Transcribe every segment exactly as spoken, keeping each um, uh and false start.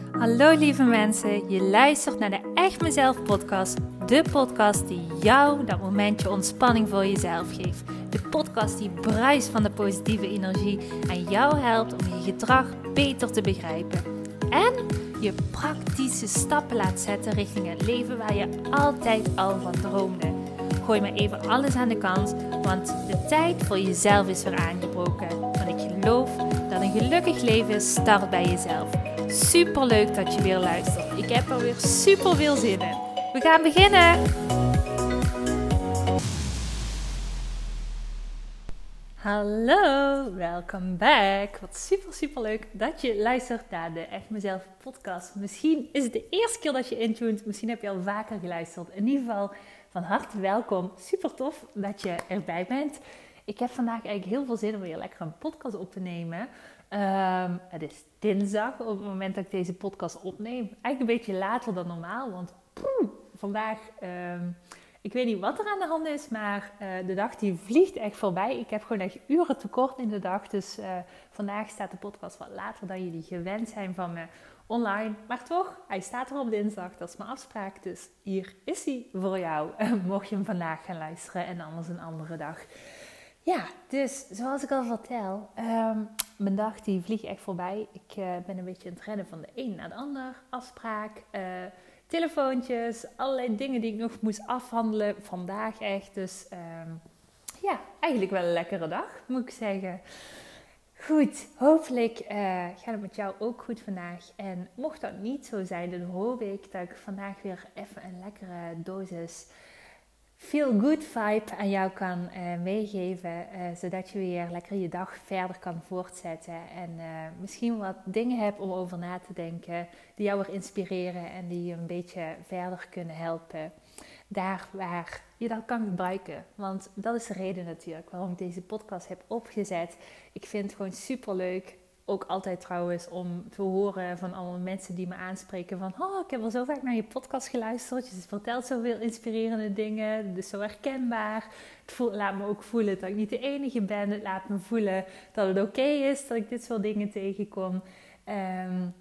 Hallo lieve mensen, je luistert naar de Echt Mezelf podcast. De podcast die jou dat momentje ontspanning voor jezelf geeft. De podcast die bruist van de positieve energie en jou helpt om je gedrag beter te begrijpen. En je praktische stappen laat zetten richting het leven waar je altijd al van droomde. Gooi maar even alles aan de kant, want de tijd voor jezelf is weer aangebroken. Want ik geloof dat een gelukkig leven start bij jezelf. Super leuk dat je weer luistert. Ik heb er weer super veel zin in. We gaan beginnen! Hallo, welkom back. Wat super super leuk dat je luistert naar de Echt Mezelf podcast. Misschien is het de eerste keer dat je intuned. Misschien heb je al vaker geluisterd. In ieder geval van harte welkom. Super tof dat je erbij bent. Ik heb vandaag eigenlijk heel veel zin om weer lekker een podcast op te nemen. Um, het is dinsdag op het moment dat ik deze podcast opneem. Eigenlijk een beetje later dan normaal, want poeh, vandaag, um, ik weet niet wat er aan de hand is, maar uh, de dag die vliegt echt voorbij. Ik heb gewoon echt uren tekort in de dag, dus uh, vandaag staat de podcast wat later dan jullie gewend zijn van me online. Maar toch, hij staat er op dinsdag, dat is mijn afspraak, dus hier is hij voor jou. Mocht je hem vandaag gaan luisteren en anders een andere dag. Ja, dus zoals ik al vertel, um, mijn dag die vliegt echt voorbij. Ik uh, ben een beetje aan het rennen van de een naar de ander. Afspraak, uh, telefoontjes, allerlei dingen die ik nog moest afhandelen. Vandaag echt, dus um, ja, eigenlijk wel een lekkere dag, moet ik zeggen. Goed, hopelijk uh, gaat het met jou ook goed vandaag. En mocht dat niet zo zijn, dan hoop ik dat ik vandaag weer even een lekkere dosis feel good vibe aan jou kan uh, meegeven, uh, zodat je weer lekker je dag verder kan voortzetten en uh, misschien wat dingen hebt om over na te denken die jou weer inspireren en die je een beetje verder kunnen helpen daar waar je dat kan gebruiken. Want dat is de reden natuurlijk waarom ik deze podcast heb opgezet. Ik vind het gewoon super leuk. Ook altijd trouwens om te horen van allemaal mensen die me aanspreken van oh, ik heb al zo vaak naar je podcast geluisterd. Je vertelt zoveel inspirerende dingen. Het is zo herkenbaar. Het voelt, laat me ook voelen dat ik niet de enige ben. Het laat me voelen dat het oké is dat ik dit soort dingen tegenkom. Um,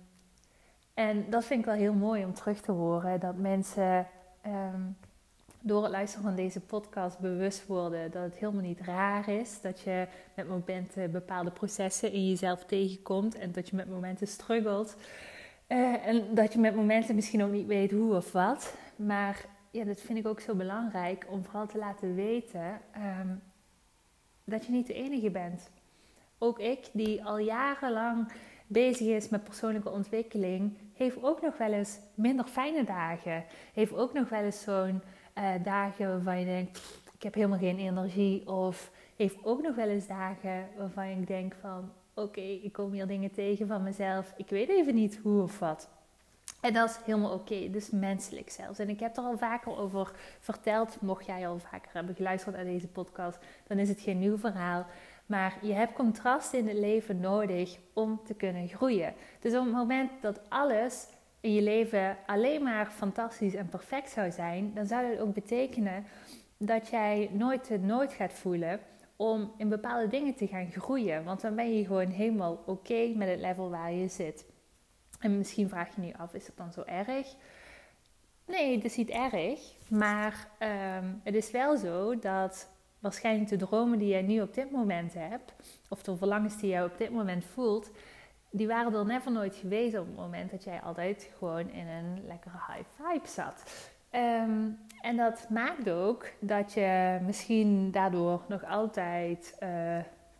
en dat vind ik wel heel mooi om terug te horen. Dat mensen um, door het luisteren van deze podcast bewust worden dat het helemaal niet raar is. Dat je met momenten bepaalde processen in jezelf tegenkomt. En dat je met momenten struggelt. Uh, en dat je met momenten misschien ook niet weet hoe of wat. Maar ja, dat vind ik ook zo belangrijk om vooral te laten weten um, dat je niet de enige bent. Ook ik, die al jarenlang bezig is met persoonlijke ontwikkeling, heeft ook nog wel eens minder fijne dagen. Heeft ook nog wel eens zo'n Uh, dagen waarvan je denkt, ik heb helemaal geen energie. Of heeft ook nog wel eens dagen waarvan ik denk van, oké, okay, ik kom hier dingen tegen van mezelf. Ik weet even niet hoe of wat. En dat is helemaal oké, okay, dus menselijk zelfs. En ik heb er al vaker over verteld, mocht jij al vaker hebben geluisterd naar deze podcast, dan is het geen nieuw verhaal. Maar je hebt contrast in het leven nodig om te kunnen groeien. Dus op het moment dat alles in je leven alleen maar fantastisch en perfect zou zijn, dan zou dat ook betekenen dat jij nooit de nood gaat voelen om in bepaalde dingen te gaan groeien. Want dan ben je gewoon helemaal oké okay met het level waar je zit. En misschien vraag je nu af, is dat dan zo erg? Nee, het is niet erg. Maar um, het is wel zo dat waarschijnlijk de dromen die jij nu op dit moment hebt, of de verlangens die jij op dit moment voelt, die waren er never nooit geweest op het moment dat jij altijd gewoon in een lekkere high vibe zat. Um, en dat maakt ook dat je misschien daardoor nog altijd uh,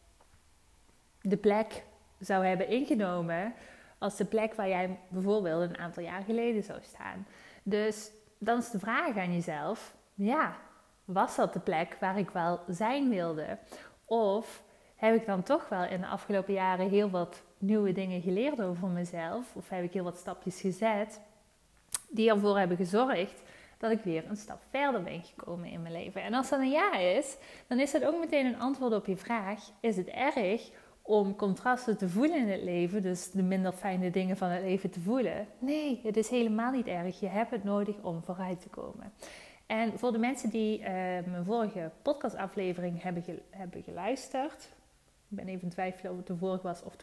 de plek zou hebben ingenomen als de plek waar jij bijvoorbeeld een aantal jaar geleden zou staan. Dus dan is de vraag aan jezelf, ja, was dat de plek waar ik wel zijn wilde? Of heb ik dan toch wel in de afgelopen jaren heel wat nieuwe dingen geleerd over mezelf? Of heb ik heel wat stapjes gezet die ervoor hebben gezorgd dat ik weer een stap verder ben gekomen in mijn leven? En als dat een ja is, dan is dat ook meteen een antwoord op je vraag. Is het erg om contrasten te voelen in het leven, dus de minder fijne dingen van het leven te voelen? Nee, het is helemaal niet erg. Je hebt het nodig om vooruit te komen. En voor de mensen die uh, mijn vorige podcastaflevering hebben, ge- hebben geluisterd, ik ben even in twijfel of het de vorige was of de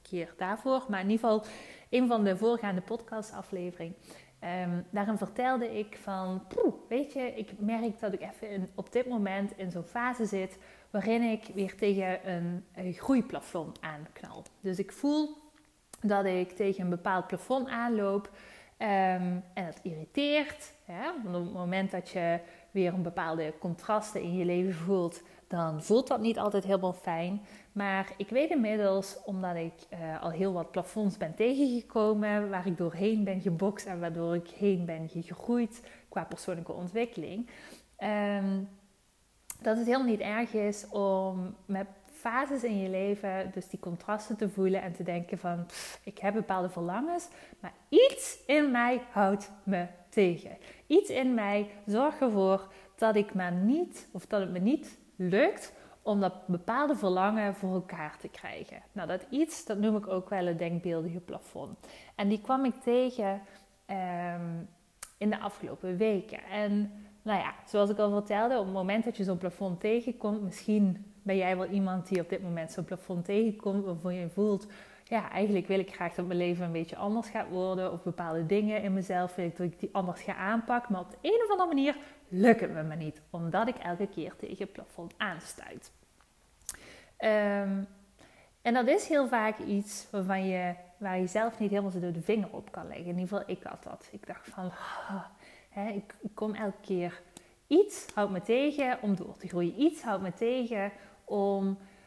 keer daarvoor. Maar in ieder geval, een van de voorgaande podcastafleveringen. Um, daarin vertelde ik van, poeh, weet je, ik merk dat ik even in, op dit moment in zo'n fase zit waarin ik weer tegen een, een groeiplafond aanknal. Dus ik voel dat ik tegen een bepaald plafond aanloop um, en dat irriteert. Ja? Want op het moment dat je weer een bepaalde contrasten in je leven voelt, dan voelt dat niet altijd helemaal fijn. Maar ik weet inmiddels, omdat ik uh, al heel wat plafonds ben tegengekomen, waar ik doorheen ben gebokst en waardoor ik heen ben gegroeid qua persoonlijke ontwikkeling, um, dat het helemaal niet erg is om met fases in je leven, dus die contrasten te voelen en te denken van, pff, ik heb bepaalde verlangens, maar iets in mij houdt me tegen. Iets in mij zorgt ervoor dat ik maar niet, of dat het me niet lukt om dat bepaalde verlangen voor elkaar te krijgen. Nou, dat iets, dat noem ik ook wel het denkbeeldige plafond. En die kwam ik tegen um, in de afgelopen weken. En nou ja, zoals ik al vertelde, op het moment dat je zo'n plafond tegenkomt, misschien ben jij wel iemand die op dit moment zo'n plafond tegenkomt, waarvan je voelt, ja, eigenlijk wil ik graag dat mijn leven een beetje anders gaat worden, of bepaalde dingen in mezelf wil ik dat ik die anders ga aanpakken, maar op de een of andere manier lukt het me maar niet, omdat ik elke keer tegen het plafond aanstuit. Um, en dat is heel vaak iets waarvan je, waar je zelf niet helemaal zo door de vinger op kan leggen. In ieder geval, ik had dat. Ik dacht van, oh, hè, ik, ik kom elke keer, iets houdt me tegen om door te groeien. Iets houdt me tegen om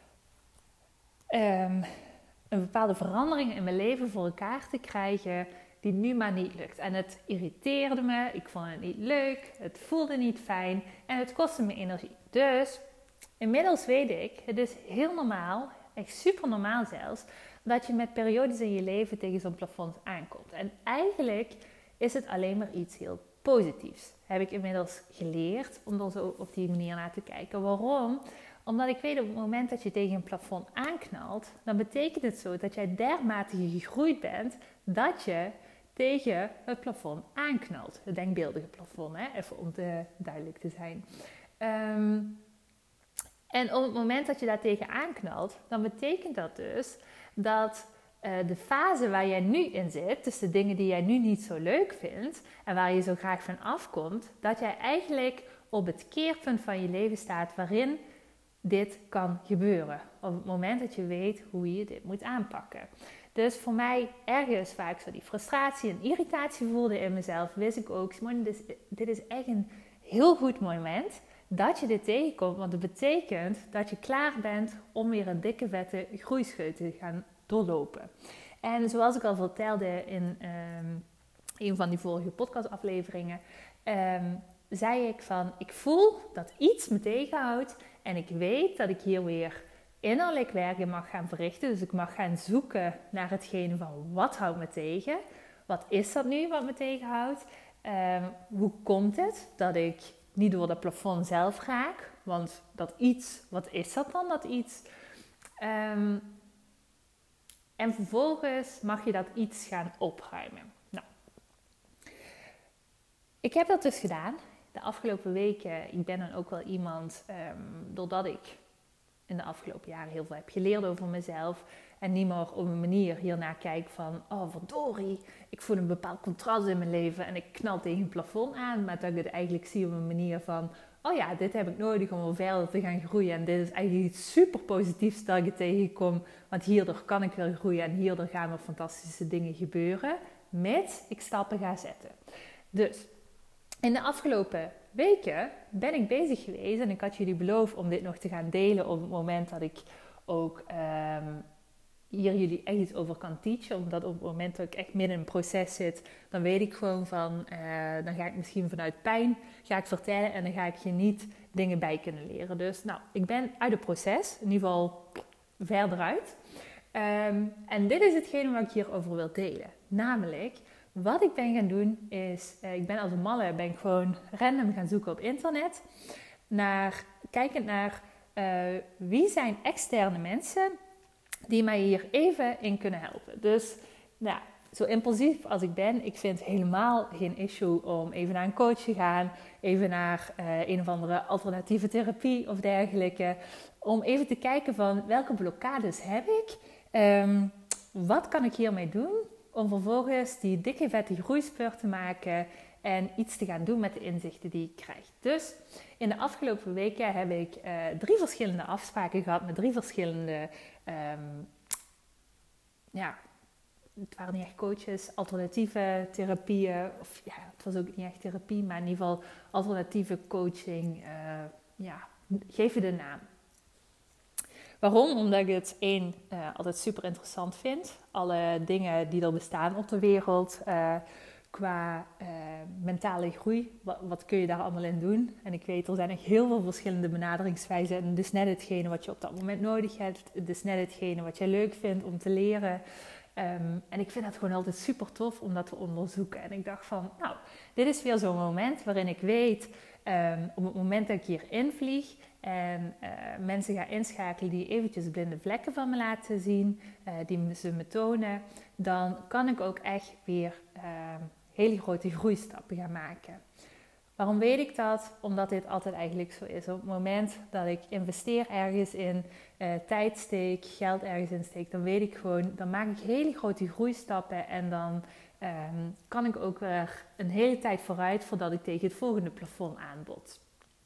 um, een bepaalde verandering in mijn leven voor elkaar te krijgen die nu maar niet lukt. En het irriteerde me, ik vond het niet leuk, het voelde niet fijn en het kostte me energie. Dus inmiddels weet ik, het is heel normaal, echt super normaal zelfs, dat je met periodes in je leven tegen zo'n plafond aankomt. En eigenlijk is het alleen maar iets heel positiefs. Heb ik inmiddels geleerd om er zo op die manier naar te kijken. Waarom? Omdat ik weet op het moment dat je tegen een plafond aanknalt, dan betekent het zo dat jij dermate gegroeid bent dat je tegen het plafond aanknalt. Het denkbeeldige plafond, hè? Even om te duidelijk te zijn. Um, en op het moment dat je daar tegen aanknalt, dan betekent dat dus dat uh, de fase waar jij nu in zit, dus de dingen die jij nu niet zo leuk vindt en waar je zo graag van afkomt, dat jij eigenlijk op het keerpunt van je leven staat waarin dit kan gebeuren. Op het moment dat je weet hoe je dit moet aanpakken. Dus voor mij ergens waar ik zo die frustratie en irritatie voelde in mezelf, wist ik ook, Simone, dit is, dit is echt een heel goed moment dat je dit tegenkomt. Want het betekent dat je klaar bent om weer een dikke vette groeischeut te gaan doorlopen. En zoals ik al vertelde in um, een van die vorige podcastafleveringen, um, zei ik van, ik voel dat iets me tegenhoudt en ik weet dat ik hier weer innerlijk werken mag gaan verrichten. Dus ik mag gaan zoeken naar hetgene van, wat houdt me tegen? Wat is dat nu wat me tegenhoudt? Um, hoe komt het dat ik niet door dat plafond zelf raak? Want dat iets, wat is dat dan, dat iets? Um, en vervolgens mag je dat iets gaan opruimen. Nou, ik heb dat dus gedaan. De afgelopen weken, ik ben dan ook wel iemand, um, doordat ik in de afgelopen jaren heel veel heb geleerd over mezelf en niet meer op een manier hiernaar kijk van, oh verdorie, ik voel een bepaald contrast in mijn leven en ik knal tegen een plafond aan, maar dat ik het eigenlijk zie op een manier van, oh ja, dit heb ik nodig om weer verder te gaan groeien en dit is eigenlijk iets super positiefs dat ik het tegenkom, want hierdoor kan ik weer groeien en hierdoor gaan er fantastische dingen gebeuren, mits ik stappen ga zetten. Dus in de afgelopen weken ben ik bezig geweest en ik had jullie beloofd om dit nog te gaan delen op het moment dat ik ook um, hier jullie echt iets over kan teachen. Omdat op het moment dat ik echt midden in een proces zit, dan weet ik gewoon van, uh, dan ga ik misschien vanuit pijn ga ik vertellen en dan ga ik je niet dingen bij kunnen leren. Dus nou, ik ben uit het proces, in ieder geval verder uit. Um, en dit is hetgene wat ik hierover wil delen. Namelijk, wat ik ben gaan doen is, uh, ik ben als een malle, ben ik gewoon random gaan zoeken op internet. Naar, kijkend naar uh, wie zijn externe mensen die mij hier even in kunnen helpen. Dus nou, zo impulsief als ik ben, ik vind helemaal geen issue om even naar een coach te gaan. Even naar uh, een of andere alternatieve therapie of dergelijke. Om even te kijken van welke blokkades heb ik. Um, wat kan ik hiermee doen om vervolgens die dikke vette groeispurt te maken en iets te gaan doen met de inzichten die ik krijg. Dus in de afgelopen weken heb ik uh, drie verschillende afspraken gehad met drie verschillende, um, ja, het waren niet echt coaches, alternatieve therapieën, of ja, het was ook niet echt therapie, maar in ieder geval alternatieve coaching, uh, ja, geef je de naam. Waarom? Omdat ik het één uh, altijd super interessant vind. Alle dingen die er bestaan op de wereld uh, qua uh, mentale groei. Wat, wat kun je daar allemaal in doen? En ik weet, er zijn echt heel veel verschillende benaderingswijzen. En het is net hetgene wat je op dat moment nodig hebt. Het is net hetgene wat je leuk vindt om te leren. Um, en ik vind dat gewoon altijd super tof om dat te onderzoeken. En ik dacht van, nou, dit is weer zo'n moment waarin ik weet, um, op het moment dat ik hier invlieg en uh, mensen ga inschakelen die eventjes blinde vlekken van me laten zien, uh, die ze me tonen, dan kan ik ook echt weer uh, hele grote groeistappen gaan maken. Waarom weet ik dat? Omdat dit altijd eigenlijk zo is. Op het moment dat ik investeer ergens in, uh, tijd steek, geld ergens in steek, dan weet ik gewoon, dan maak ik hele grote groeistappen en dan um, kan ik ook weer een hele tijd vooruit voordat ik tegen het volgende plafond aanbot.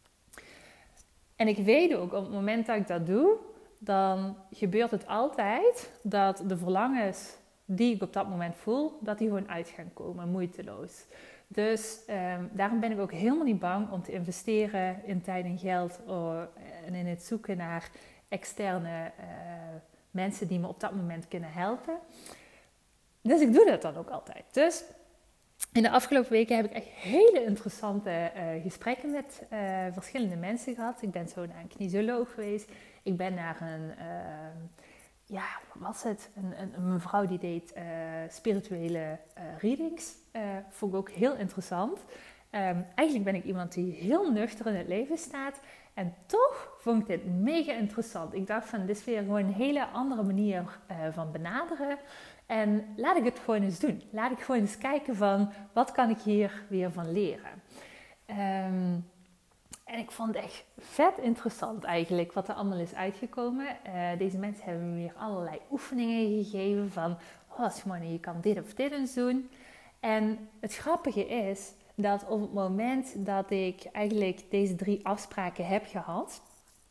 En ik weet ook, op het moment dat ik dat doe, dan gebeurt het altijd dat de verlangens die ik op dat moment voel, dat die gewoon uit gaan komen, moeiteloos. Dus um, daarom ben ik ook helemaal niet bang om te investeren in tijd en geld oh, en in het zoeken naar externe uh, mensen die me op dat moment kunnen helpen. Dus ik doe dat dan ook altijd. Dus in de afgelopen weken heb ik echt hele interessante uh, gesprekken met uh, verschillende mensen gehad. Ik ben zo naar een kinesioloog geweest. Ik ben naar een, uh, ja, wat was het? Een, een, een mevrouw die deed uh, spirituele uh, readings. Uh, vond ik ook heel interessant. Um, eigenlijk ben ik iemand die heel nuchter in het leven staat. En toch vond ik dit mega interessant. Ik dacht van, dit is weer gewoon een hele andere manier uh, van benaderen. En laat ik het gewoon eens doen. Laat ik gewoon eens kijken van, wat kan ik hier weer van leren? Um, en ik vond het echt vet interessant eigenlijk, wat er allemaal is uitgekomen. Uh, deze mensen hebben me weer allerlei oefeningen gegeven van, oh Simone, je kan dit of dit eens doen. En het grappige is dat op het moment dat ik eigenlijk deze drie afspraken heb gehad,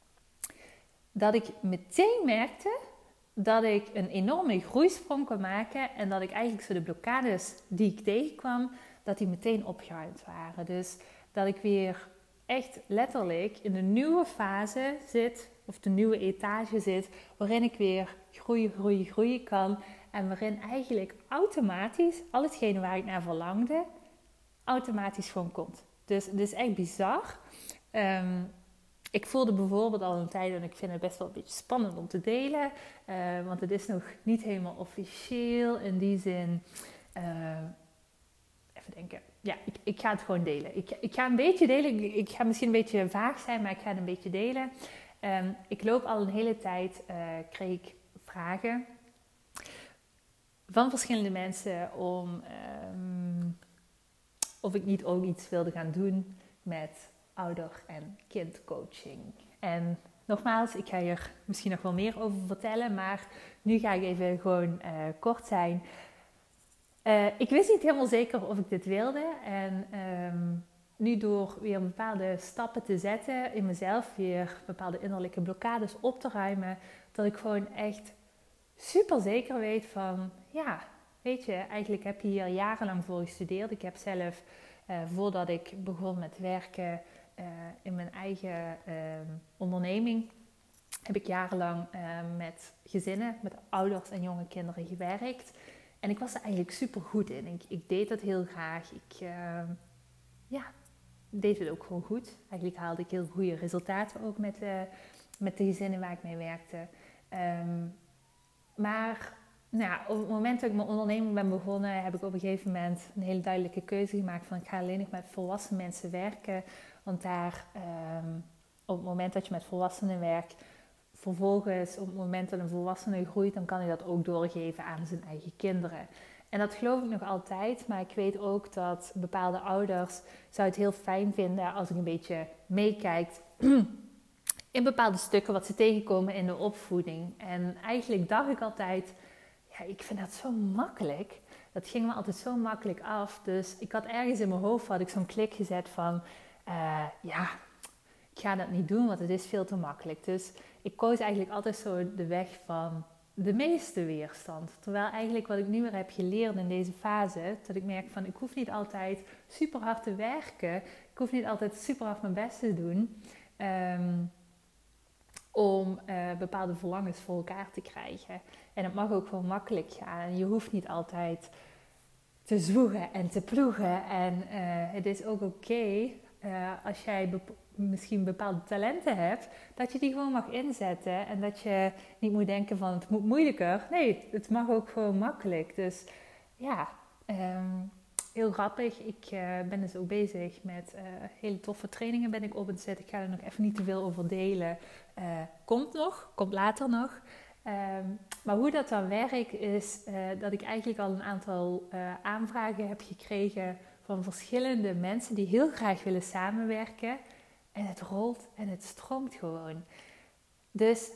dat ik meteen merkte dat ik een enorme groeisprong kon maken en dat ik eigenlijk zo de blokkades die ik tegenkwam, dat die meteen opgeruimd waren. Dus dat ik weer echt letterlijk in een nieuwe fase zit, of de nieuwe etage zit, waarin ik weer groeien, groeien, groeien kan. En waarin eigenlijk automatisch al hetgene waar ik naar verlangde, automatisch gewoon komt. Dus het is echt bizar. Um, ik voelde bijvoorbeeld al een tijd, en ik vind het best wel een beetje spannend om te delen. Uh, want het is nog niet helemaal officieel in die zin. Uh, even denken. Ja, ik, ik ga het gewoon delen. Ik, ik ga een beetje delen. Ik, ik ga misschien een beetje vaag zijn, maar ik ga het een beetje delen. Um, ik loop al een hele tijd, uh, kreeg ik vragen van verschillende mensen om um, of ik niet ook iets wilde gaan doen met ouder- en kindcoaching. En nogmaals, ik ga hier misschien nog wel meer over vertellen, maar nu ga ik even gewoon uh, kort zijn. Uh, ik wist niet helemaal zeker of ik dit wilde en um, nu door weer bepaalde stappen te zetten in mezelf, weer bepaalde innerlijke blokkades op te ruimen, dat ik gewoon echt super zeker weet van, ja, weet je, eigenlijk heb je hier jarenlang voor gestudeerd. Ik heb zelf, uh, voordat ik begon met werken uh, in mijn eigen uh, onderneming, heb ik jarenlang uh, met gezinnen, met ouders en jonge kinderen gewerkt. En ik was er eigenlijk super goed in. Ik, ik deed dat heel graag. Ik uh, ja, deed het ook gewoon goed. Eigenlijk haalde ik heel goede resultaten ook met, uh, met de gezinnen waar ik mee werkte. Um, Maar nou, op het moment dat ik mijn onderneming ben begonnen, heb ik op een gegeven moment een hele duidelijke keuze gemaakt van ik ga alleen nog met volwassen mensen werken. Want daar, um, op het moment dat je met volwassenen werkt, vervolgens op het moment dat een volwassene groeit, dan kan hij dat ook doorgeven aan zijn eigen kinderen. En dat geloof ik nog altijd, maar ik weet ook dat bepaalde ouders zou het heel fijn vinden als ik een beetje meekijkt in bepaalde stukken wat ze tegenkomen in de opvoeding. En eigenlijk dacht ik altijd, ja, ik vind dat zo makkelijk. Dat ging me altijd zo makkelijk af. Dus ik had ergens in mijn hoofd had ik zo'n klik gezet van, uh, ja, ik ga dat niet doen, want het is veel te makkelijk. Dus ik koos eigenlijk altijd zo de weg van de meeste weerstand. Terwijl eigenlijk wat ik nu weer heb geleerd in deze fase, dat ik merk van, ik hoef niet altijd super hard te werken. Ik hoef niet altijd super hard mijn best te doen. Um, om uh, bepaalde verlangens voor elkaar te krijgen. En het mag ook gewoon makkelijk gaan. En je hoeft niet altijd te zwoegen en te ploegen. En uh, het is ook oké okay, uh, als jij bep- misschien bepaalde talenten hebt, dat je die gewoon mag inzetten. En dat je niet moet denken van het moet moeilijker. Nee, het mag ook gewoon makkelijk. Dus ja, um, heel grappig. Ik uh, ben dus ook bezig met uh, hele toffe trainingen ben ik op het zetten. Ik ga er nog even niet te veel over delen. Uh, komt nog, komt later nog. Um, maar hoe dat dan werkt is uh, dat ik eigenlijk al een aantal uh, aanvragen heb gekregen van verschillende mensen die heel graag willen samenwerken. En het rolt en het stroomt gewoon. Dus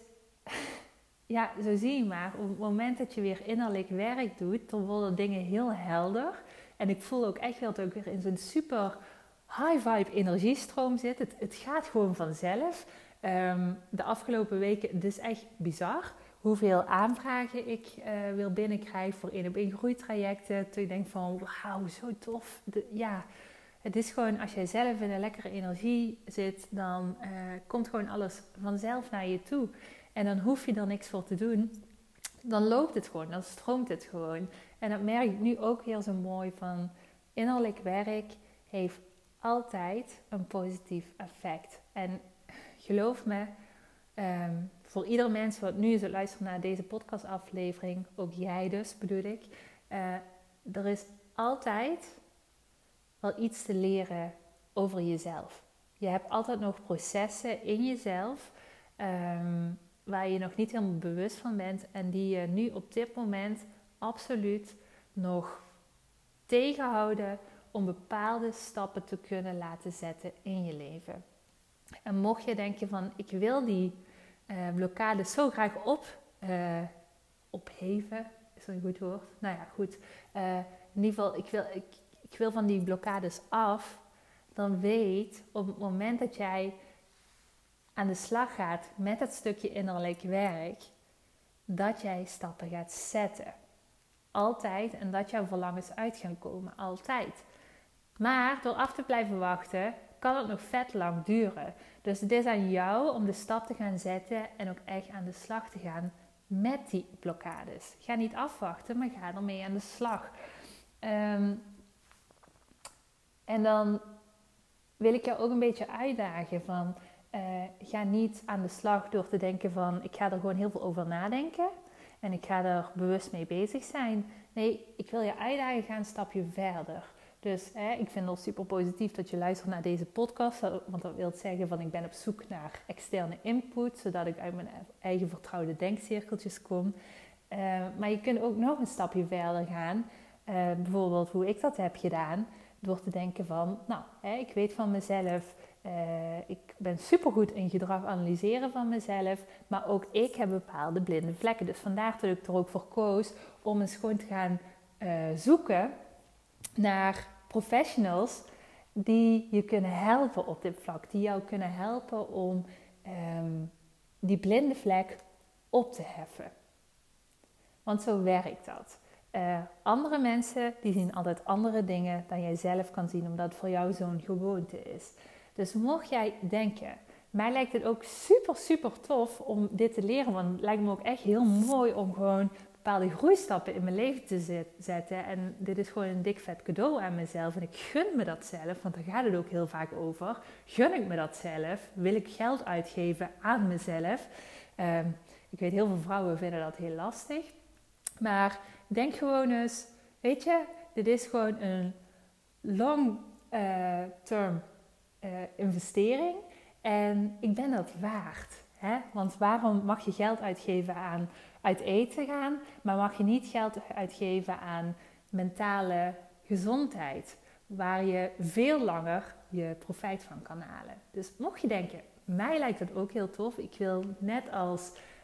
ja, zo zie je maar. Op het moment dat je weer innerlijk werk doet, dan worden dingen heel helder. En ik voel ook echt wel dat ik weer in zo'n super high vibe energiestroom zit. Het, het gaat gewoon vanzelf. Um, de afgelopen weken, het is echt bizar hoeveel aanvragen ik uh, weer binnenkrijg voor één op één groeitrajecten. Toen ik denk van, wauw, zo tof. De, ja, het is gewoon, als jij zelf in een lekkere energie zit, dan uh, komt gewoon alles vanzelf naar je toe. En dan hoef je er niks voor te doen. Dan loopt het gewoon, dan stroomt het gewoon. En dat merk ik nu ook heel zo mooi van, innerlijk werk heeft altijd een positief effect. En geloof me, um, voor ieder mens wat nu is het luisteren naar deze podcastaflevering, ook jij dus bedoel ik, uh, er is altijd wel iets te leren over jezelf. Je hebt altijd nog processen in jezelf um, waar je nog niet helemaal bewust van bent en die je nu op dit moment absoluut nog tegenhouden om bepaalde stappen te kunnen laten zetten in je leven. En mocht je denken van, ik wil die uh, blokkade zo graag op, uh, opheven, is dat een goed woord? Nou ja, goed. Uh, in ieder geval, ik wil, ik, ik wil van die blokkades af. Dan weet, op het moment dat jij aan de slag gaat met het stukje innerlijk werk, dat jij stappen gaat zetten. Altijd. En dat jouw verlangens uit gaan komen. Altijd. Maar door af te blijven wachten, kan het nog vet lang duren. Dus het is aan jou om de stap te gaan zetten en ook echt aan de slag te gaan met die blokkades. Ga niet afwachten, maar ga ermee aan de slag. Um, en dan wil ik jou ook een beetje uitdagen van, uh, ga niet aan de slag door te denken van, ik ga er gewoon heel veel over nadenken en ik ga er bewust mee bezig zijn. Nee, ik wil je uitdagen, ga een stapje verder. Dus hè, ik vind het super positief dat je luistert naar deze podcast. Want dat wil zeggen van ik ben op zoek naar externe input. Zodat ik uit mijn eigen vertrouwde denkcirkeltjes kom. Uh, maar je kunt ook nog een stapje verder gaan. Uh, bijvoorbeeld hoe ik dat heb gedaan. Door te denken van, nou, hè, ik weet van mezelf. Uh, ik ben supergoed in gedrag analyseren van mezelf. Maar ook ik heb bepaalde blinde vlekken. Dus vandaar dat ik er ook voor koos om eens gewoon te gaan uh, zoeken naar professionals die je kunnen helpen op dit vlak. Die jou kunnen helpen om um, die blinde vlek op te heffen. Want zo werkt dat. Uh, andere mensen die zien altijd andere dingen dan jij zelf kan zien, omdat het voor jou zo'n gewoonte is. Dus mocht jij denken, mij lijkt het ook super super tof om dit te leren. Want het lijkt me ook echt heel mooi om gewoon bepaalde groeistappen in mijn leven te zetten. En dit is gewoon een dik vet cadeau aan mezelf. En ik gun me dat zelf, want daar gaat het ook heel vaak over. Gun ik me dat zelf? Wil ik geld uitgeven aan mezelf? Um, ik weet, heel veel vrouwen vinden dat heel lastig. Maar denk gewoon eens, weet je, dit is gewoon een long uh, term uh, investering. En ik ben dat waard. Hè? Want waarom mag je geld uitgeven aan uit eten gaan, maar mag je niet geld uitgeven aan mentale gezondheid, waar je veel langer je profijt van kan halen. Dus mocht je denken, mij lijkt het ook heel tof, ik wil net als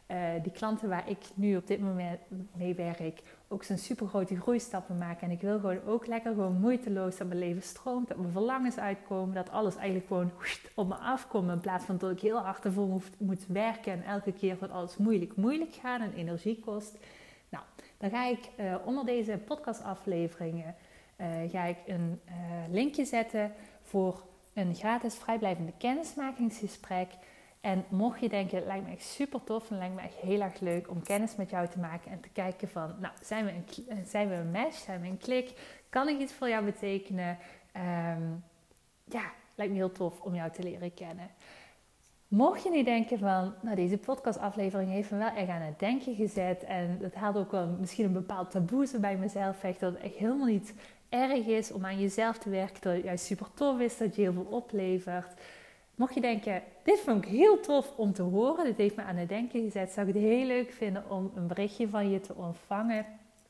uh, die klanten waar ik nu op dit moment mee werk ook zo'n super grote groeistappen maken. En ik wil gewoon ook lekker gewoon moeiteloos dat mijn leven stroomt, dat mijn verlangens uitkomen, dat alles eigenlijk gewoon op me afkomt. In plaats van dat ik heel hard ervoor moet, moet werken en elke keer wordt alles moeilijk, moeilijk gaan en energie kost. Nou, dan ga ik uh, onder deze podcastafleveringen uh, ga ik een uh, linkje zetten voor een gratis vrijblijvende kennismakingsgesprek. En mocht je denken, het lijkt me echt super tof en lijkt me echt heel erg leuk om kennis met jou te maken en te kijken van, nou, zijn we een, zijn we een match, zijn we een klik, kan ik iets voor jou betekenen? Um, ja, lijkt me heel tof om jou te leren kennen. Mocht je nu denken van, nou, deze podcastaflevering heeft me wel echt aan het denken gezet en dat haalt ook wel misschien een bepaald taboe bij mezelf weg, dat het echt helemaal niet erg is om aan jezelf te werken, dat het juist super tof is, dat je heel veel oplevert. Mocht je denken, dit vond ik heel tof om te horen, dit heeft me aan het denken gezet, zou ik het heel leuk vinden om een berichtje van je te ontvangen.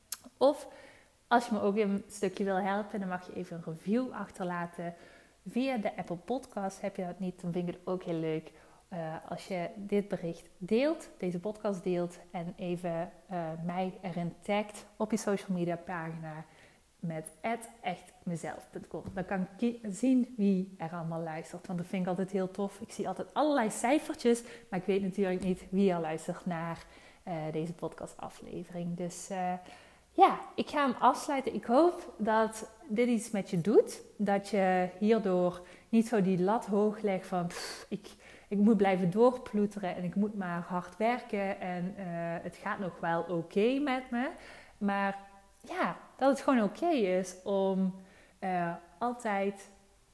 Of als je me ook een stukje wil helpen, dan mag je even een review achterlaten via de Apple Podcast. Heb je dat niet, dan vind ik het ook heel leuk uh, als je dit bericht deelt, deze podcast deelt en even uh, mij erin tagt op je social media pagina met at echt mezelf punt com. Dan kan ik zien wie er allemaal luistert. Want dat vind ik altijd heel tof. Ik zie altijd allerlei cijfertjes. Maar ik weet natuurlijk niet wie er luistert naar uh, deze podcastaflevering. Dus uh, ja, ik ga hem afsluiten. Ik hoop dat dit iets met je doet. Dat je hierdoor niet zo die lat hoog legt van pff, ik, ik moet blijven doorploeteren en ik moet maar hard werken. En uh, het gaat nog wel oké okay met me. Maar ja, dat het gewoon oké okay is om uh, altijd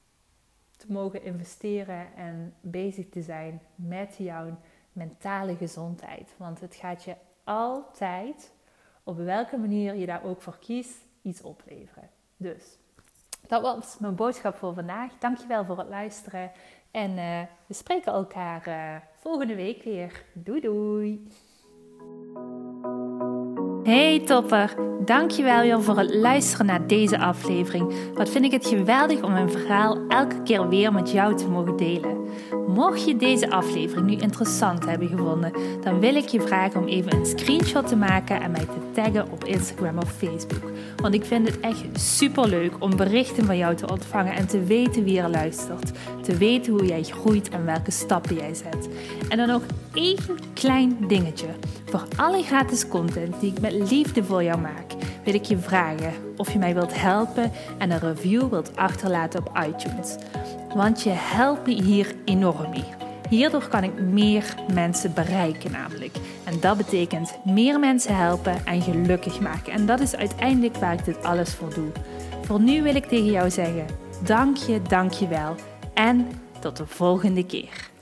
te mogen investeren en bezig te zijn met jouw mentale gezondheid. Want het gaat je altijd, op welke manier je daar ook voor kiest, iets opleveren. Dus, dat was mijn boodschap voor vandaag. Dankjewel voor het luisteren. En uh, we spreken elkaar uh, volgende week weer. Doei doei! Hey topper, dankjewel weer voor het luisteren naar deze aflevering. Wat vind ik het geweldig om mijn verhaal elke keer weer met jou te mogen delen. Mocht je deze aflevering nu interessant hebben gevonden, dan wil ik je vragen om even een screenshot te maken en mij te taggen op Instagram of Facebook. Want ik vind het echt superleuk om berichten van jou te ontvangen en te weten wie er luistert. Te weten hoe jij groeit en welke stappen jij zet. En dan nog één klein dingetje. Voor alle gratis content die ik met liefde voor jou maak, wil ik je vragen of je mij wilt helpen en een review wilt achterlaten op iTunes. Want je helpt me hier enorm mee. Hierdoor kan ik meer mensen bereiken namelijk. En dat betekent meer mensen helpen en gelukkig maken. En dat is uiteindelijk waar ik dit alles voor doe. Voor nu wil ik tegen jou zeggen, dank je, dank je wel. En tot de volgende keer.